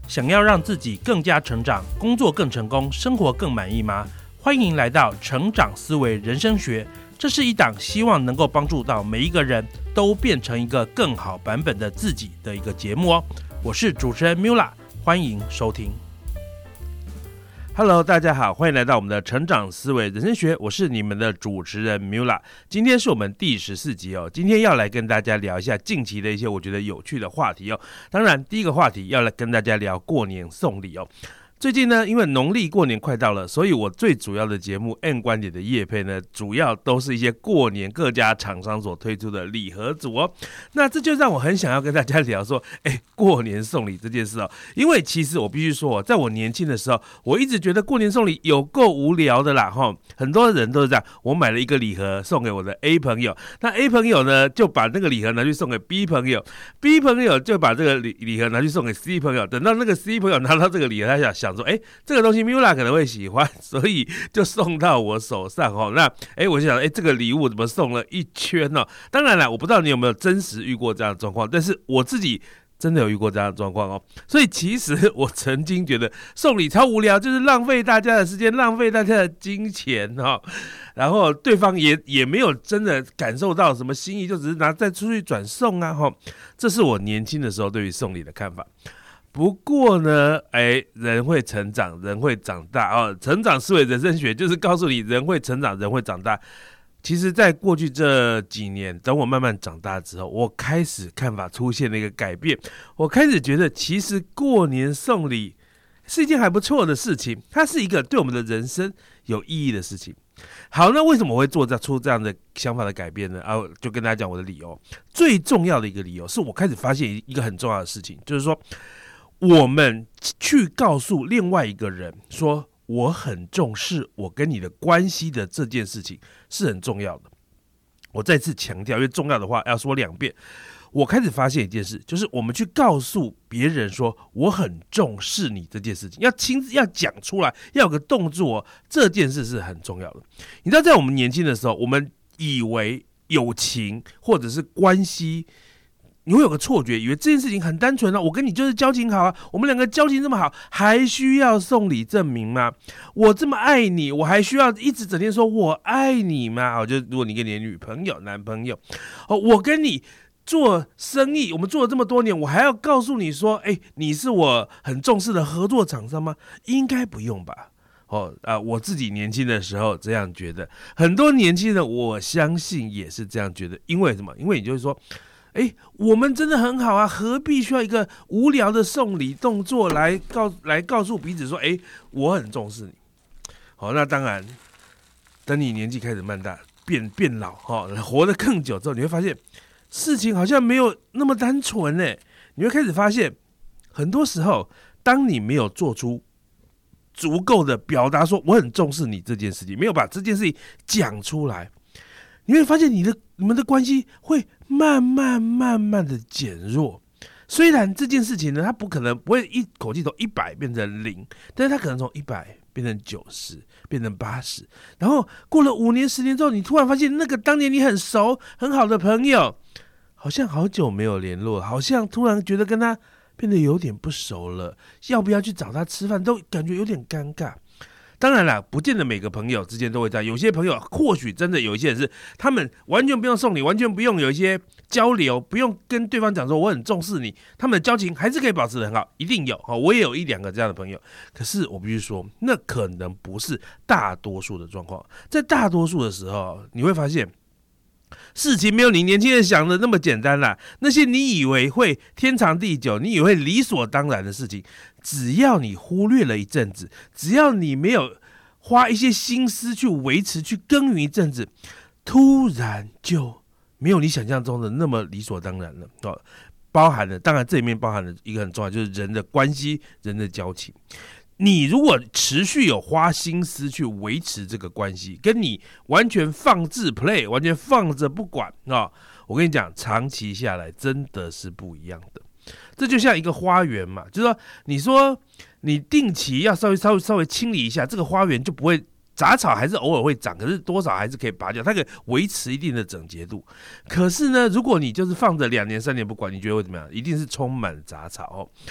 想要让自己更加成长，工作更成功，生活更满意吗？欢迎来到成长思维人生学，这是一档希望能够帮助到每一个人都变成一个更好版本的自己的一个节目哦。我是主持人 Mula， 欢迎收听。Hello， 大家好，欢迎来到我们的成长思维人生学，我是你们的主持人 Mula。今天是我们第14集哦，今天要来跟大家聊一下近期的一些我觉得有趣的话题哦。当然，第一个话题要来跟大家聊过年送礼哦。最近呢，因为农历过年快到了，所以我最主要的节目 N 观点的业配呢，主要都是一些过年各家厂商所推出的礼盒组哦。那这就让我很想要跟大家聊说，过年送礼这件事哦。因为其实我必须说，在我年轻的时候，我一直觉得过年送礼有够无聊的啦哈。很多人都是这样，我买了一个礼盒送给我的 A 朋友，那 A 朋友呢就把那个礼盒拿去送给 B 朋友， B 朋友就把这个礼盒拿去送给 C 朋友，等到那个 C 朋友拿到这个礼盒，他想说，这个东西 Mula 可能会喜欢，所以就送到我手上哦。那我就想，这个礼物怎么送了一圈哦？当然了，我不知道你有没有真实遇过这样的状况，但是我自己真的有遇过这样的状况哦。所以其实我曾经觉得送礼超无聊，就是浪费大家的时间，浪费大家的金钱哦。然后对方也没有真的感受到什么心意，就只是再出去转送啊哈。这是我年轻的时候对于送礼的看法。不过呢，人会成长，人会长大哦。成长思维人生学就是告诉你，人会成长，人会长大。其实，在过去这几年，等我慢慢长大之后，我开始看法出现了一个改变。我开始觉得，其实过年送礼是一件还不错的事情，它是一个对我们的人生有意义的事情。好，那为什么我会出这样的想法的改变呢？就跟大家讲我的理由。最重要的一个理由是我开始发现一个很重要的事情，就是说，我们去告诉另外一个人说我很重视我跟你的关系的这件事情是很重要的。我再次强调，因为重要的话要说2遍。我开始发现一件事，就是我们去告诉别人说我很重视你这件事情，要亲自要讲出来，要有个动作，这件事是很重要的。你知道，在我们年轻的时候，我们以为友情或者是关系，你会有个错觉，以为这件事情很单纯啊，我跟你就是交情好啊，我们两个交情这么好，还需要送礼证明吗？我这么爱你，我还需要一直整天说我爱你吗？就如果你跟你的女朋友、男朋友，我跟你做生意，我们做了这么多年，我还要告诉你说，你是我很重视的合作厂商吗？应该不用吧。我自己年轻的时候这样觉得，很多年轻人我相信也是这样觉得。因为什么？因为你就是说，我们真的很好啊，何必需要一个无聊的送礼动作来告诉彼此说，我很重视你。好，那当然，等你年纪开始慢大，变老，活得更久之后，你会发现事情好像没有那么单纯呢。你会开始发现，很多时候，当你没有做出足够的表达说我很重视你这件事情，没有把这件事情讲出来，你会发现你们的关系会慢慢的减弱。虽然这件事情呢，它不会一口气从100变成0，但是它可能从100变成90，变成80，然后过了5年10年之后，你突然发现那个当年你很熟很好的朋友，好像好久没有联络，好像突然觉得跟他变得有点不熟了，要不要去找他吃饭都感觉有点尴尬。当然啦，不见得每个朋友之间都会这样，有些朋友或许真的有一些人是他们完全不用送礼，完全不用有一些交流，不用跟对方讲说我很重视你，他们的交情还是可以保持得很好，一定有。我也有1-2个这样的朋友，可是我必须说，那可能不是大多数的状况。在大多数的时候，你会发现事情没有你年轻人想的那么简单啦。那些你以为会天长地久，你以为理所当然的事情，只要你忽略了一阵子，只要你没有花一些心思去维持、去耕耘一阵子，突然就没有你想象中的那么理所当然了。包含了，当然这里面包含了一个很重要，就是人的关系、人的交情。你如果持续有花心思去维持这个关系，跟你完全放置 play， 完全放着不管我跟你讲，长期下来真的是不一样的。这就像一个花园嘛，就是说你定期要稍微清理一下，这个花园就不会杂草还是偶尔会长，可是多少还是可以拔掉，它可以维持一定的整洁度。可是呢，如果你就是放着2年3年不管，你觉得会怎么样？一定是充满杂草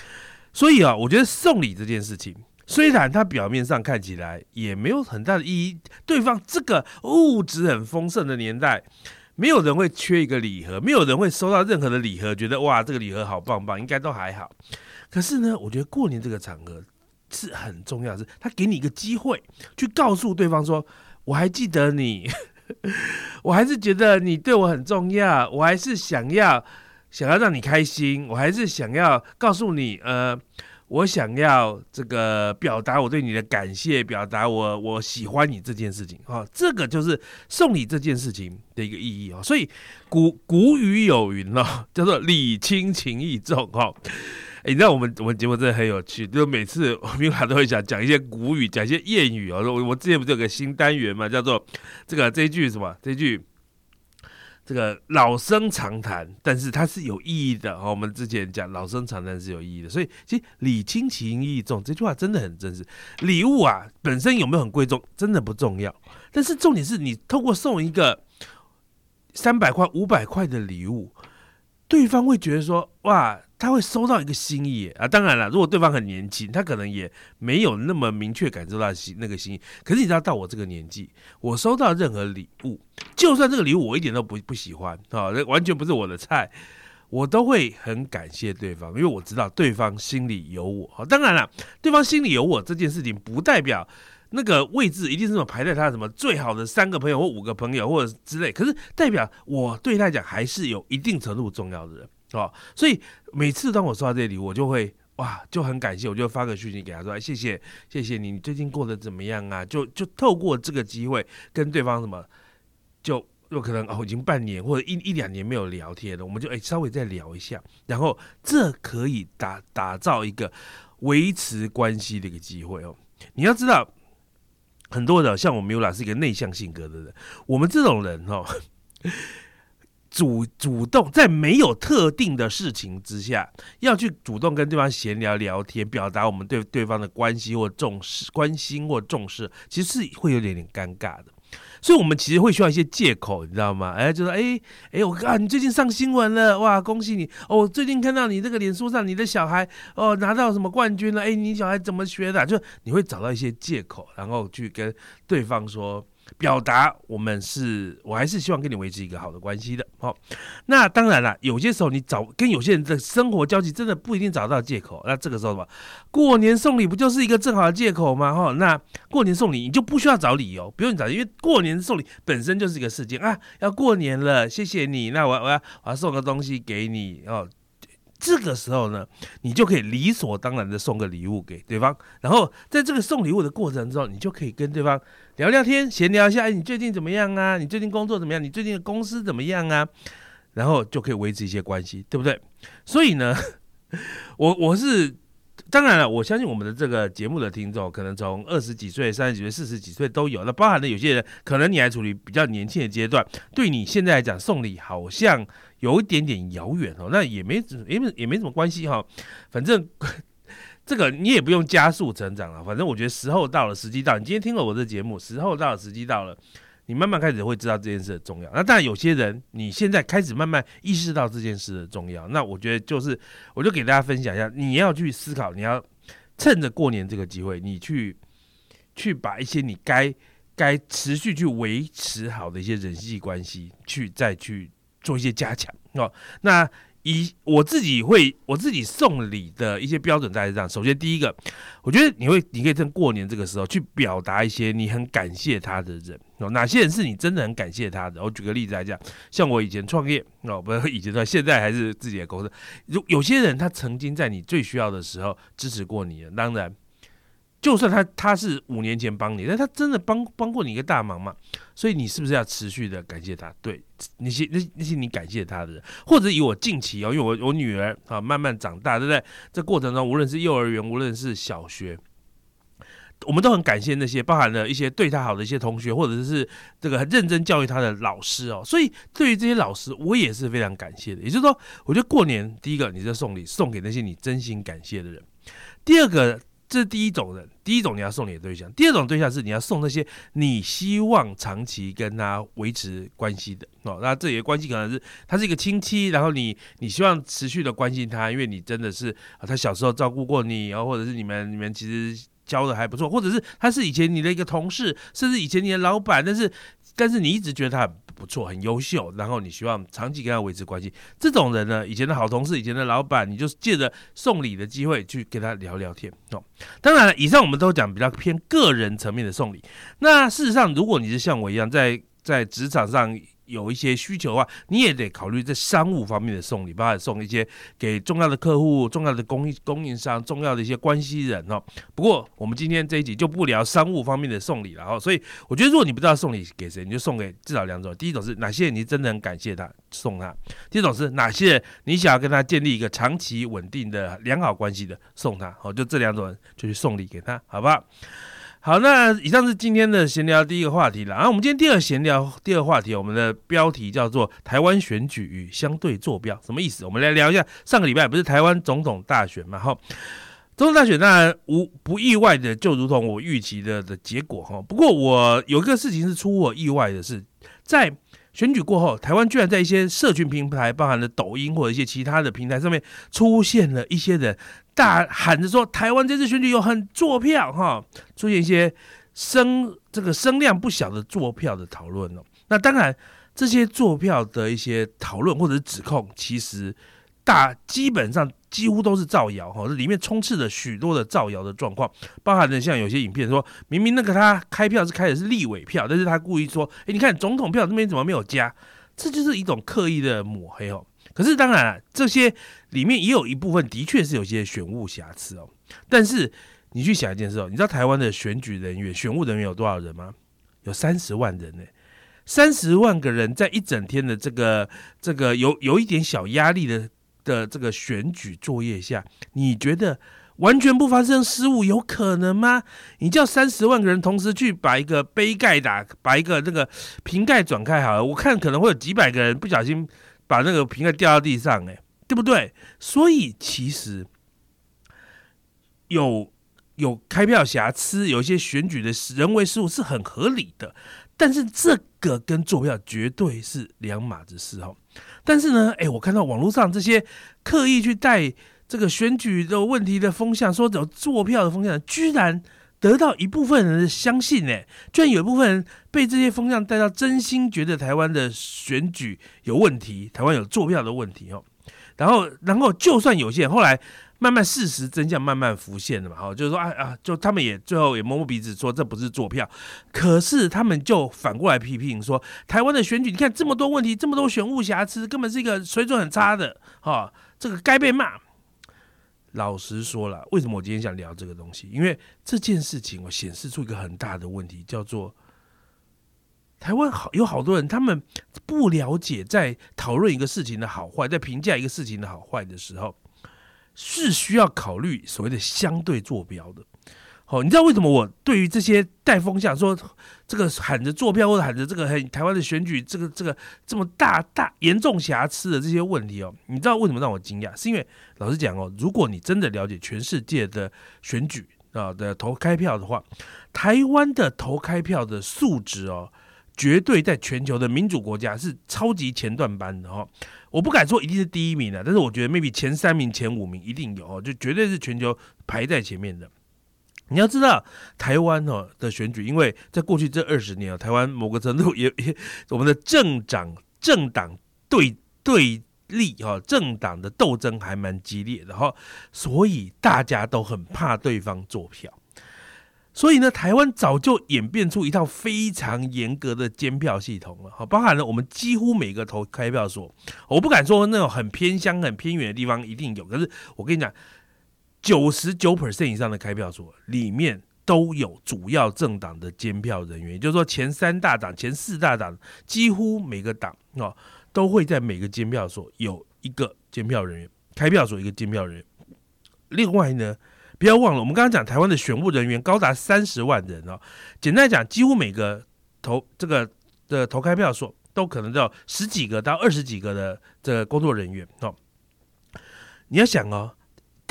所以啊，我觉得送礼这件事情，虽然它表面上看起来也没有很大的意义，对方这个物质很丰盛的年代，没有人会缺一个礼盒，没有人会收到任何的礼盒觉得哇这个礼盒好棒棒，应该都还好。可是呢，我觉得过年这个场合是很重要的，是他给你一个机会去告诉对方说，我还记得你，我还是觉得你对我很重要，我还是想要让你开心，我还是想要告诉你，我想要这个表达我对你的感谢，表达我喜欢你这件事情，这个就是送礼这件事情的一个意义。所以古语有云叫做礼轻情意重。你知道我们节目真的很有趣，就每次Miula都会讲一些古语，讲一些谚语。我之前不是有个新单元嘛，叫做这一句什么？这一句这个老生常谈，但是它是有意义的。我们之前讲老生常谈是有意义的，所以其实礼轻情意重这句话真的很真实。礼物啊本身有没有很贵重，真的不重要，但是重点是你透过送一个300块、500块的礼物，对方会觉得说哇，他会收到一个心意啊。当然了，如果对方很年轻，他可能也没有那么明确感受到那个心意。可是你知道，到我这个年纪，我收到任何礼物，就算这个礼物我一点都不喜欢完全不是我的菜，我都会很感谢对方，因为我知道对方心里有我。当然了，对方心里有我这件事情，不代表那个位置一定是什么排在他什么最好的3个朋友或5个朋友或者之类，可是代表我对他来讲还是有一定程度重要的人。所以每次当我收到这些礼物，我就会哇，就很感谢，我就发个讯息给他说，谢谢你，你最近过得怎么样啊？就透过这个机会跟对方什么，就有可能已经半年或者一两年没有聊天了，我们就稍微再聊一下，然后这可以打造一个维持关系的一个机会你要知道，很多的像我们Miula是一个内向性格的人，我们这种人主动在没有特定的事情之下，要去主动跟对方闲聊天，表达我们对对方的关心或关心或重视，其实是会有点尴尬的。所以我们其实会需要一些借口，你知道吗？就是你最近上新闻了，哇，恭喜你！我最近看到你这个脸书上，你的小孩拿到什么冠军了？你小孩怎么学的？就你会找到一些借口，然后去跟对方说，表达我还是希望跟你维持一个好的关系的。那当然了，有些时候你跟有些人的生活交集，真的不一定找到借口。那这个时候什么？过年送礼不就是一个正好的借口吗？那过年送礼你就不需要找理由，不用找，因为过年送礼本身就是一个事件啊，要过年了，谢谢你，那我要送个东西给你这个时候呢，你就可以理所当然的送个礼物给对方，然后在这个送礼物的过程中，你就可以跟对方聊聊天，闲聊一下，你最近怎么样啊？你最近工作怎么样？你最近的公司怎么样啊？然后就可以维持一些关系，对不对？所以呢，我是当然了，我相信我们的这个节目的听众，可能从20几岁、30几岁、40几岁都有。那包含了有些人，可能你还处于比较年轻的阶段，对你现在来讲送礼好像有一点点遥远那也没什么关系反正这个你也不用加速成长了。反正我觉得时候到了，时机到了。你今天听了我的节目，时候到了，时机到了，你慢慢开始会知道这件事的重要。那当然有些人你现在开始慢慢意识到这件事的重要，那我觉得我就给大家分享一下，你要去思考，你要趁着过年这个机会，你去把一些你该持续去维持好的一些人际关系再去做一些加强那我自己送礼的一些标准大概是这样。首先第一个，我觉得你可以趁过年这个时候去表达一些你很感谢他的人哪些人是你真的很感谢他的。我举个例子来讲，像我以前创业不是以前现在还是自己的公司，有些人他曾经在你最需要的时候支持过你的，当然就算他是5年前帮你，但他真的帮过你一个大忙嘛，所以你是不是要持续的感谢他？对，那些你感谢他的人，或者以我近期因为我女儿慢慢长大，对不对？这过程中无论是幼儿园，无论是小学，我们都很感谢那些包含了一些对他好的一些同学，或者是这个很认真教育他的老师所以对于这些老师，我也是非常感谢的。也就是说，我觉得过年第一个，你在送礼送给那些你真心感谢的人；第二个， 这是第一种人，第一种你要送礼的对象。第二种对象是你要送那些你希望长期跟他维持关系的那这里的关系可能是他是一个亲戚，然后你希望持续的关心他，因为你真的是他小时候照顾过你，或者是你们其实教的还不错，或者是他是以前你的一个同事，甚至以前你的老板，但是你一直觉得他很不错很优秀，然后你希望长期跟他维持关系，这种人呢，以前的好同事，以前的老板，你就借着送礼的机会去跟他聊聊天当然了，以上我们都讲比较偏个人层面的送礼，那事实上如果你是像我一样在职场上有一些需求的话，你也得考虑在商务方面的送礼，包括送一些给重要的客户、重要的供应商、重要的一些关系人不过我们今天这一集就不聊商务方面的送礼了所以我觉得如果你不知道送礼给谁，你就送给至少2种。第一种是哪些人你真的很感谢他，送他；第二种是哪些人你想要跟他建立一个长期稳定的良好关系的，送他就这2种人就去送礼给他，好不好？好，那以上是今天的闲聊第一个话题了。然后我们今天第二话题，我们的标题叫做台湾选举与相对坐标，什么意思？我们来聊一下。上个礼拜不是台湾总统大选嘛？总统大选当然不意外的，就如同我预期的结果不过我有一个事情是出乎我意外的是，在选举过后，台湾居然在一些社群平台，包含了抖音或者一些其他的平台上面，出现了一些人大喊着说台湾这次选举有很作票出现一些这个声量不小的作票的讨论那当然，这些作票的一些讨论或者是指控，其实基本上几乎都是造谣这里面充斥了许多的造谣的状况，包含了像有些影片说，明明那个他开票是开的是立委票，但是他故意说，你看总统票这边怎么没有加？这就是一种刻意的抹黑可是当然这些里面也有一部分的确是有些选务瑕疵但是你去想一件事你知道台湾的选举人员、选务人员有多少人吗？有30万人30万个人在一整天的这个有一点小压力的这个选举作业下，你觉得完全不发生失误有可能吗？你叫30万个人同时去把一个杯盖把一个那个瓶盖转开好了，我看可能会有几百个人不小心把那个瓶盖掉到地上对不对？所以其实有开票瑕疵，有一些选举的人为失误是很合理的，但是这个跟作票绝对是两码子事但是呢，我看到网络上这些刻意去带这个选举的问题的风向，说有作票的风向，居然得到一部分人的相信居然有一部分人被这些风向带到真心觉得台湾的选举有问题，台湾有作票的问题然后就算有些人后来慢慢事实真相慢慢浮现了嘛就是说就他们也最后也摸摸鼻子说这不是作票，可是他们就反过来批评说台湾的选举你看这么多问题，这么多选务瑕疵，根本是一个水准很差的这个该被骂。老实说了，为什么我今天想聊这个东西？因为这件事情我显示出一个很大的问题，叫做台湾有好多人，他们不了解在讨论一个事情的好坏，在评价一个事情的好坏的时候，是需要考虑所谓的相对坐标的。你知道为什么我对于这些带风向说这个喊着作票或者喊着这个台湾的选举这个这么大严重瑕疵的这些问题你知道为什么让我惊讶？是因为老实讲如果你真的了解全世界的选举的投开票的话，台湾的投开票的素质绝对在全球的民主国家是超级前段班的我不敢说一定是第1名但是我觉得 maybe 前3名、前5名一定有就绝对是全球排在前面的。你要知道台湾的选举，因为在过去这20年台湾某个程度也我们的政党对立政党的斗争还蛮激烈的所以大家都很怕对方作票。所以呢，台湾早就演变出一套非常严格的监票系统了，包含了我们几乎每个投开票所，我不敢说那种很偏乡、很偏远的地方一定有，可是我跟你讲，99% 以上的开票所里面都有主要政党的监票人员，也就是说前3大党、前4大党，几乎每个党都会在每个监票所有一个监票人员，开票所一个监票人员。另外呢，不要忘了，我们刚刚讲台湾的选务人员高达30万人简单来讲，几乎每个投开票所都可能到10几个到20几个的这个工作人员你要想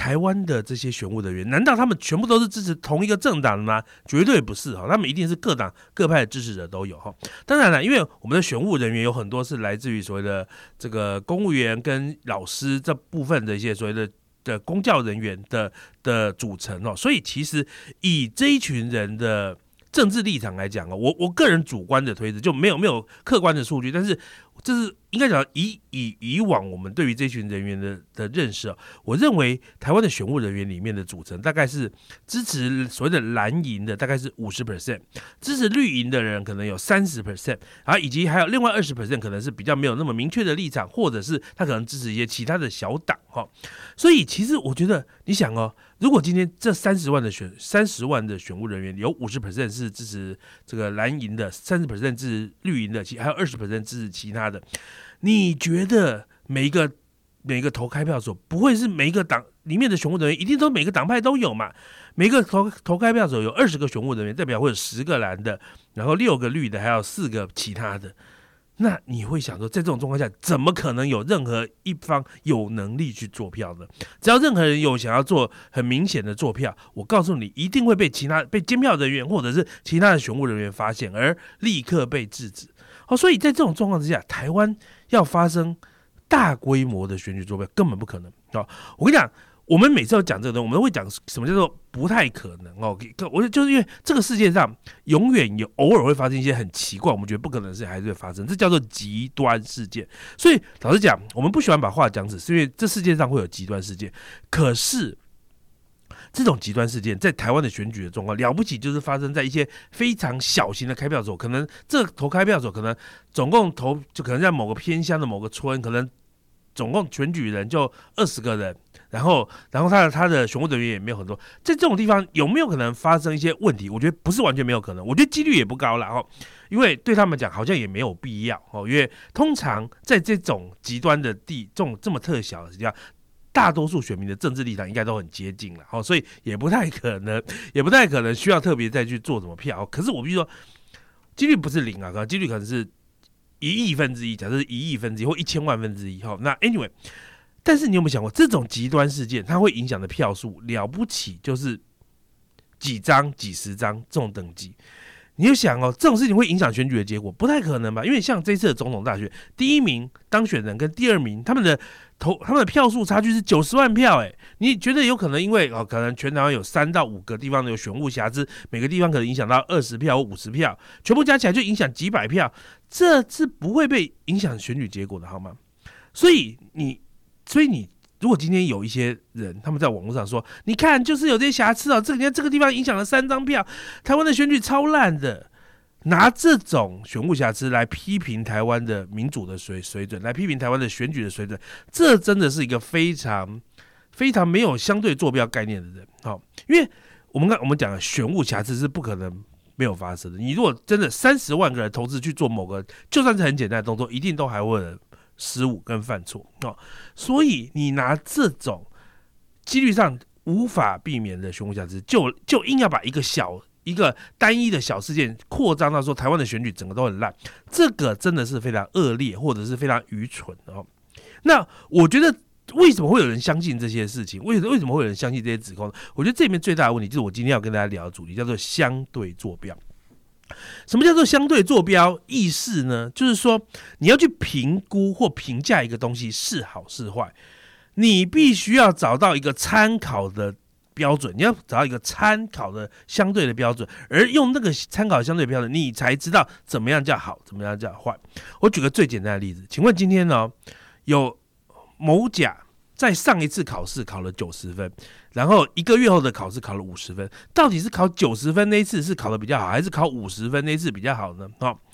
台湾的这些选务人员，难道他们全部都是支持同一个政党的吗？绝对不是哈，他们一定是各党各派的支持者都有哈。当然了，因为我们的选务人员有很多是来自于所谓的这个公务员跟老师这部分的一些所谓的公教人员的组成哦，所以其实以这一群人的政治立场来讲哦，我个人主观的推测就没有客观的数据，但是这是应该讲以往我们对于这群人员的认识哦，我认为台湾的选务人员里面的组成大概是支持所谓的蓝营的大概是50%，支持绿营的人可能有30%，啊，以及还有另外20%可能是比较没有那么明确的立场，或者是他可能支持一些其他的小党哈。所以其实我觉得你想哦，如果今天这30万的选务人员有50% 是支持这个蓝营的，30% 支持绿营的，还有20% 支持其他的，你觉得每一个投开票所不会是每一个党里面的选务人员一定都每个党派都有嘛？每个投开票所有20个选务人员，代表会有10个蓝的，然后6个绿的，还有4个其他的。那你会想说，在这种状况下，怎么可能有任何一方有能力去做票呢？只要任何人有想要做很明显的做票，我告诉你，一定会被监票人员或者是其他的选务人员发现，而立刻被制止。所以在这种状况之下，台湾要发生大规模的选举做票根本不可能。我跟你讲，我们每次要讲这个东西，我们都会讲什么叫做不太可能哦。我就是因为这个世界上永远偶尔会发生一些很奇怪，我们觉得不可能的事情还是会发生，这叫做极端事件。所以老实讲，我们不喜欢把话讲死，是因为这世界上会有极端事件。可是这种极端事件在台湾的选举的状况了不起，就是发生在一些非常小型的开票所，可能这投开票所可能总共投就可能在某个偏乡的某个村，可能总共选举人就20个人，然后他的选务人员也没有很多，在这种地方有没有可能发生一些问题？我觉得不是完全没有可能，我觉得几率也不高啦因为对他们讲好像也没有必要因为通常在这种极端的这么特小的地方，大多数选民的政治立场应该都很接近了所以也不太可能需要特别再去做什么票。可是我必须说，几率不是0啊，可能几率可能是1亿分之一，假设是1亿分之一或1000万分之一那 anyway， 但是你有没有想过，这种极端事件它会影响的票数了不起就是几张几十张这种等级。你就想这种事情会影响选举的结果，不太可能吧？因为像这次的总统大选，第1名当选人跟第2名他们的票数差距是90万票你觉得有可能因为可能全台湾有3到5个地方有选务瑕疵，每个地方可能影响到20票或50票，全部加起来就影响几百票，这是不会被影响选举结果的好吗？所以你如果今天有一些人他们在网络上说，你看就是有这些瑕疵这个地方影响了3张票，台湾的选举超烂的，拿这种选务瑕疵来批评台湾的民主的水准，来批评台湾的选举的水准，这真的是一个非常非常没有相对坐标概念的人因为我们讲的选务瑕疵是不可能没有发生的。你如果真的30万个人同时去做某个就算是很简单的动作，一定都还会有失误跟犯错所以你拿这种几率上无法避免的选务瑕疵，就硬要把一个单一的小事件扩张到说台湾的选举整个都很烂，这个真的是非常恶劣或者是非常愚蠢那我觉得为什么会有人相信这些事情？为什么会有人相信这些指控呢？我觉得这里面最大的问题就是我今天要跟大家聊的主题叫做相对坐标。什么叫做相对坐标意识呢？就是说你要去评估或评价一个东西是好是坏，你必须要找到一个参考的标准，你要找到一个参考的相对的标准，而用那个参考的相对的标准，你才知道怎么样叫好，怎么样叫坏。我举个最简单的例子，请问今天有某甲在上一次考试考了90分，然后1个月后的考试考了50分，到底是考90分那一次是考得比较好，还是考50分那一次比较好呢？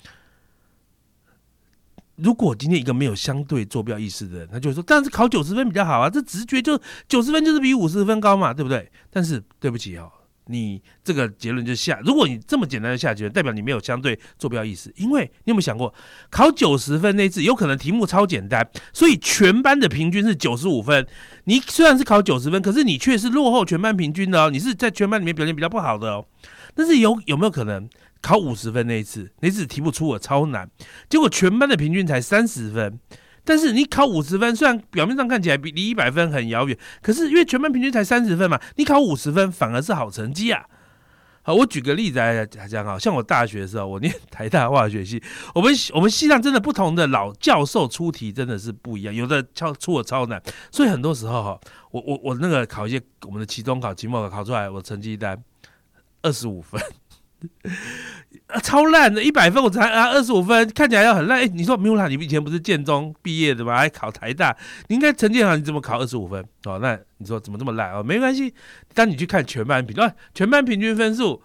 如果今天一个没有相对坐标意识的人，他就会说当然是考90分比较好啊，这直觉就90分就是比50分高嘛，对不对？但是对不起你这个结论就如果你这么简单的下结论，代表你没有相对坐标意识。因为你有没有想过，考90分那次有可能题目超简单，所以全班的平均是95分，你虽然是考90分，可是你却是落后全班平均的你是在全班里面表现比较不好的但是有没有可能考50分那一次题目出了超难，结果全班的平均才30分， 但是你考50分，虽然表面上看起来离100分很遥远，可是因为全班平均才30分嘛，你考50分反而是好成绩啊。好，我举个例子来讲，好像我大学的时候，我念台大化学系，我们系上真的不同的老教授出题真的是不一样，有的出的超难，所以很多时候哈，我那个考一些我们的期中考、期末考出来，我成绩单25分。超烂的，100分我才25分，看起来要很烂。你说Miula，你以前不是建中毕业的吗？还考台大，你应该成绩很好，你怎么考25分？哦，那你说怎么这么烂？哦，没关系，当你去看全班平均分数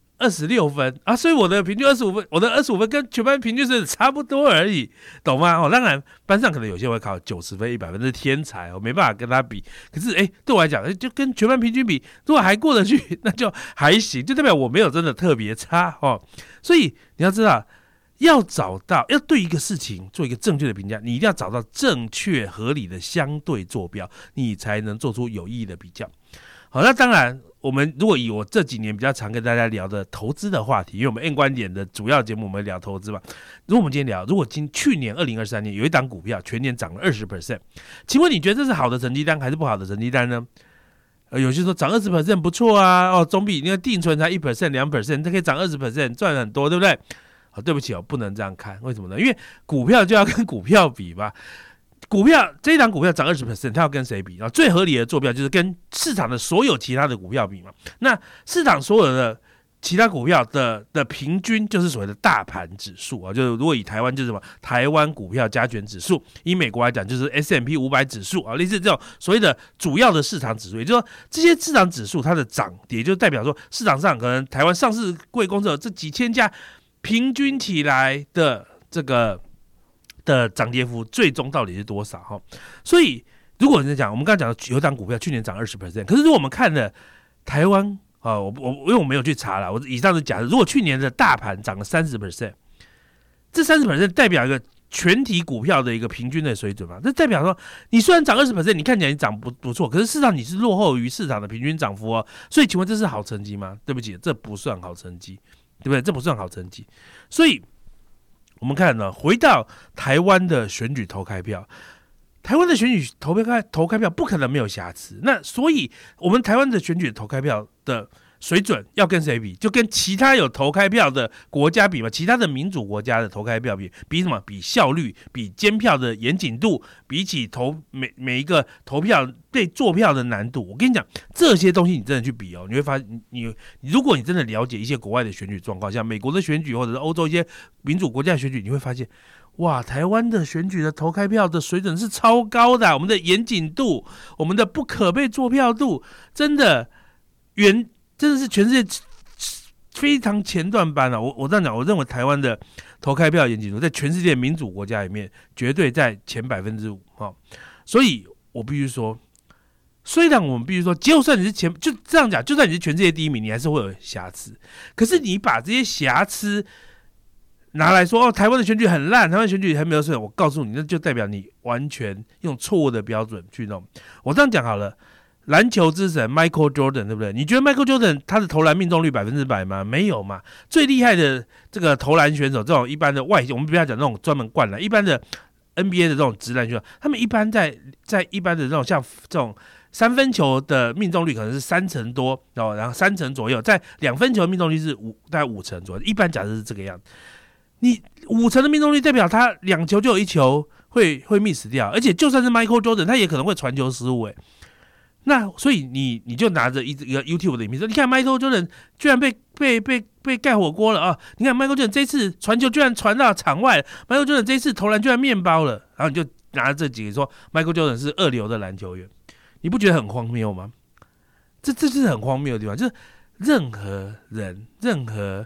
26分啊，所以我的平均25分，我的25分跟全班平均是差不多而已，懂吗？哦，当然班上可能有些人会考90分、100分，这是天才哦，没办法跟他比。可是对我来讲，就跟全班平均比，如果还过得去，那就还行，就代表我没有真的特别差哦。所以你要知道，要对一个事情做一个正确的评价，你一定要找到正确合理的相对坐标，你才能做出有意义的比较。好，那当然，我们如果以我这几年比较常跟大家聊的投资的话题，因为我们 N 观点的主要节目我们聊投资嘛。如果我们今天聊，如果去年2023年有一档股票全年涨了20%，请问你觉得这是好的成绩单还是不好的成绩单呢？有些说涨20% 不错啊，哦，总比那个定存才1% 2%，这可以涨20%，赚很多，对不对？好，对不起哦，不能这样看，为什么呢？因为股票就要跟股票比嘛。股票这一档股票涨20%，它要跟谁比？最合理的坐标就是跟市场的所有其他的股票比嘛。那市场所有的其他股票的平均就是所谓的大盘指数啊，就是如果以台湾就是什么台湾股票加权指数，以美国来讲就是 S&P 500指数啊，类似这种所谓的主要的市场指数，也就是说这些市场指数它的涨跌，就代表说市场上可能台湾上市柜公司有这几千家平均起来的这个的涨跌幅最终到底是多少哈？所以如果你讲我们刚才讲的有一档股票去年涨20%，可是如果我们看了台湾因为我没有去查了，我以上是假设，如果去年的大盘涨了30%，这30%代表一个全体股票的一个平均的水准嘛？这代表说你虽然涨20%，你看起来你涨不错，可是事实上你是落后于市场的平均涨幅哦。所以请问这是好成绩吗？对不起，这不算好成绩，对不对？这不算好成绩，所以。我们看呢，回到台湾的选举投开票，台湾的选举投开票不可能没有瑕疵。那所以，我们台湾的选举投开票的水准要跟谁比？就跟其他有投开票的国家比嘛，其他的民主国家的投开票比什么？比效率，比监票的严谨度，比起每一个投票被做票的难度。我跟你讲，这些东西你真的去比哦，你会发现如果你真的了解一些国外的选举状况，像美国的选举或者是欧洲一些民主国家的选举，你会发现，哇，台湾的选举的投开票的水准是超高的我们的严谨度，我们的不可被做票度，真的是全世界非常前段班啊！我这样讲，我认为台湾的投开票严谨度在全世界民主国家里面绝对在前5%哈。所以我必须说，虽然我们必须说，就算你是就这样讲，就算你是全世界第一名，你还是会有瑕疵。可是你把这些瑕疵拿来说，台湾的选举很烂，台湾选举还没有顺，我告诉你，那就代表你完全用错误的标准去弄。我这样讲好了。篮球之神 Michael Jordan 对不对？你觉得 Michael Jordan 他的投篮命中率100%吗？没有嘛。最厉害的这个投篮选手，这种一般的我们不要讲那种专门灌篮，一般的 NBA 的这种直篮选手，他们一般在一般的这种像这种3分球的命中率可能是30%多然后30%左右，在2分球的命中率是大概50%左右，一般假设是这个样子。你50%的命中率代表他2球就有1球会 miss 掉，而且就算是 Michael Jordan， 他也可能会传球失误那所以你就拿着一个 YouTube 的影片说，你看 Michael Jordan 居然被盖火锅了啊！你看 Michael Jordan 这次传球居然传到场外 ，Michael Jordan 这次投篮居然面包了，然后你就拿着这几个说 Michael Jordan 是2流的篮球员，你不觉得很荒谬吗？这是很荒谬的地方，就是任何人任何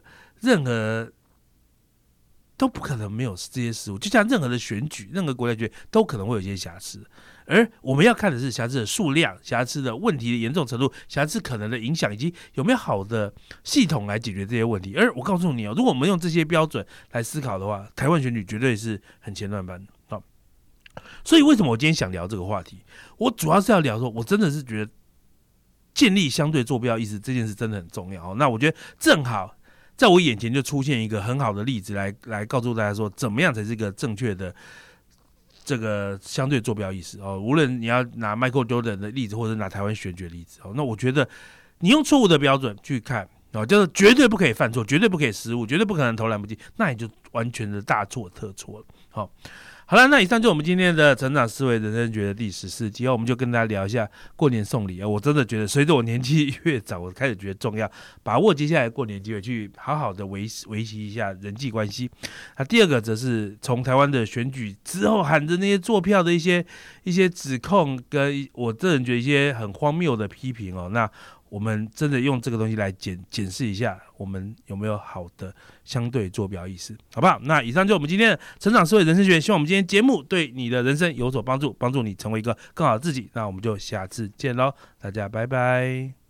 都不可能没有这些失误，就像任何的选举，任何国家选举都可能会有一些瑕疵，而我们要看的是瑕疵的数量、瑕疵的问题的严重程度、瑕疵可能的影响，以及有没有好的系统来解决这些问题。而我告诉你如果我们用这些标准来思考的话，台湾选举绝对是很前段班的。所以为什么我今天想聊这个话题？我主要是要聊说，我真的是觉得建立相对坐标意识这件事真的很重要。那我觉得正好在我眼前就出现一个很好的例子来告诉大家说，怎么样才是一个正确的这个相对坐标意识哦。无论你要拿 Michael Jordan 的例子，或者拿台湾选举的例子哦，那我觉得你用错误的标准去看哦，就是绝对不可以犯错，绝对不可以失误，绝对不可能投篮不进，那你就完全的大错特错了。好了，那以上就是我们今天的成长思维人生学的第14集哦，我们就跟大家聊一下过年送礼啊。我真的觉得随着我年纪越长，我开始觉得重要，把握接下来过年机会去好好的维系一下人际关系。那第二个则是从台湾的选举之后喊着那些作票的一些指控，跟我个人觉得一些很荒谬的批评哦，那我们真的用这个东西来检视一下，我们有没有好的相对坐标意识，好不好？那以上就是我们今天的成长思维人生学，希望我们今天节目对你的人生有所帮助，帮助你成为一个更好的自己。那我们就下次见喽，大家拜拜。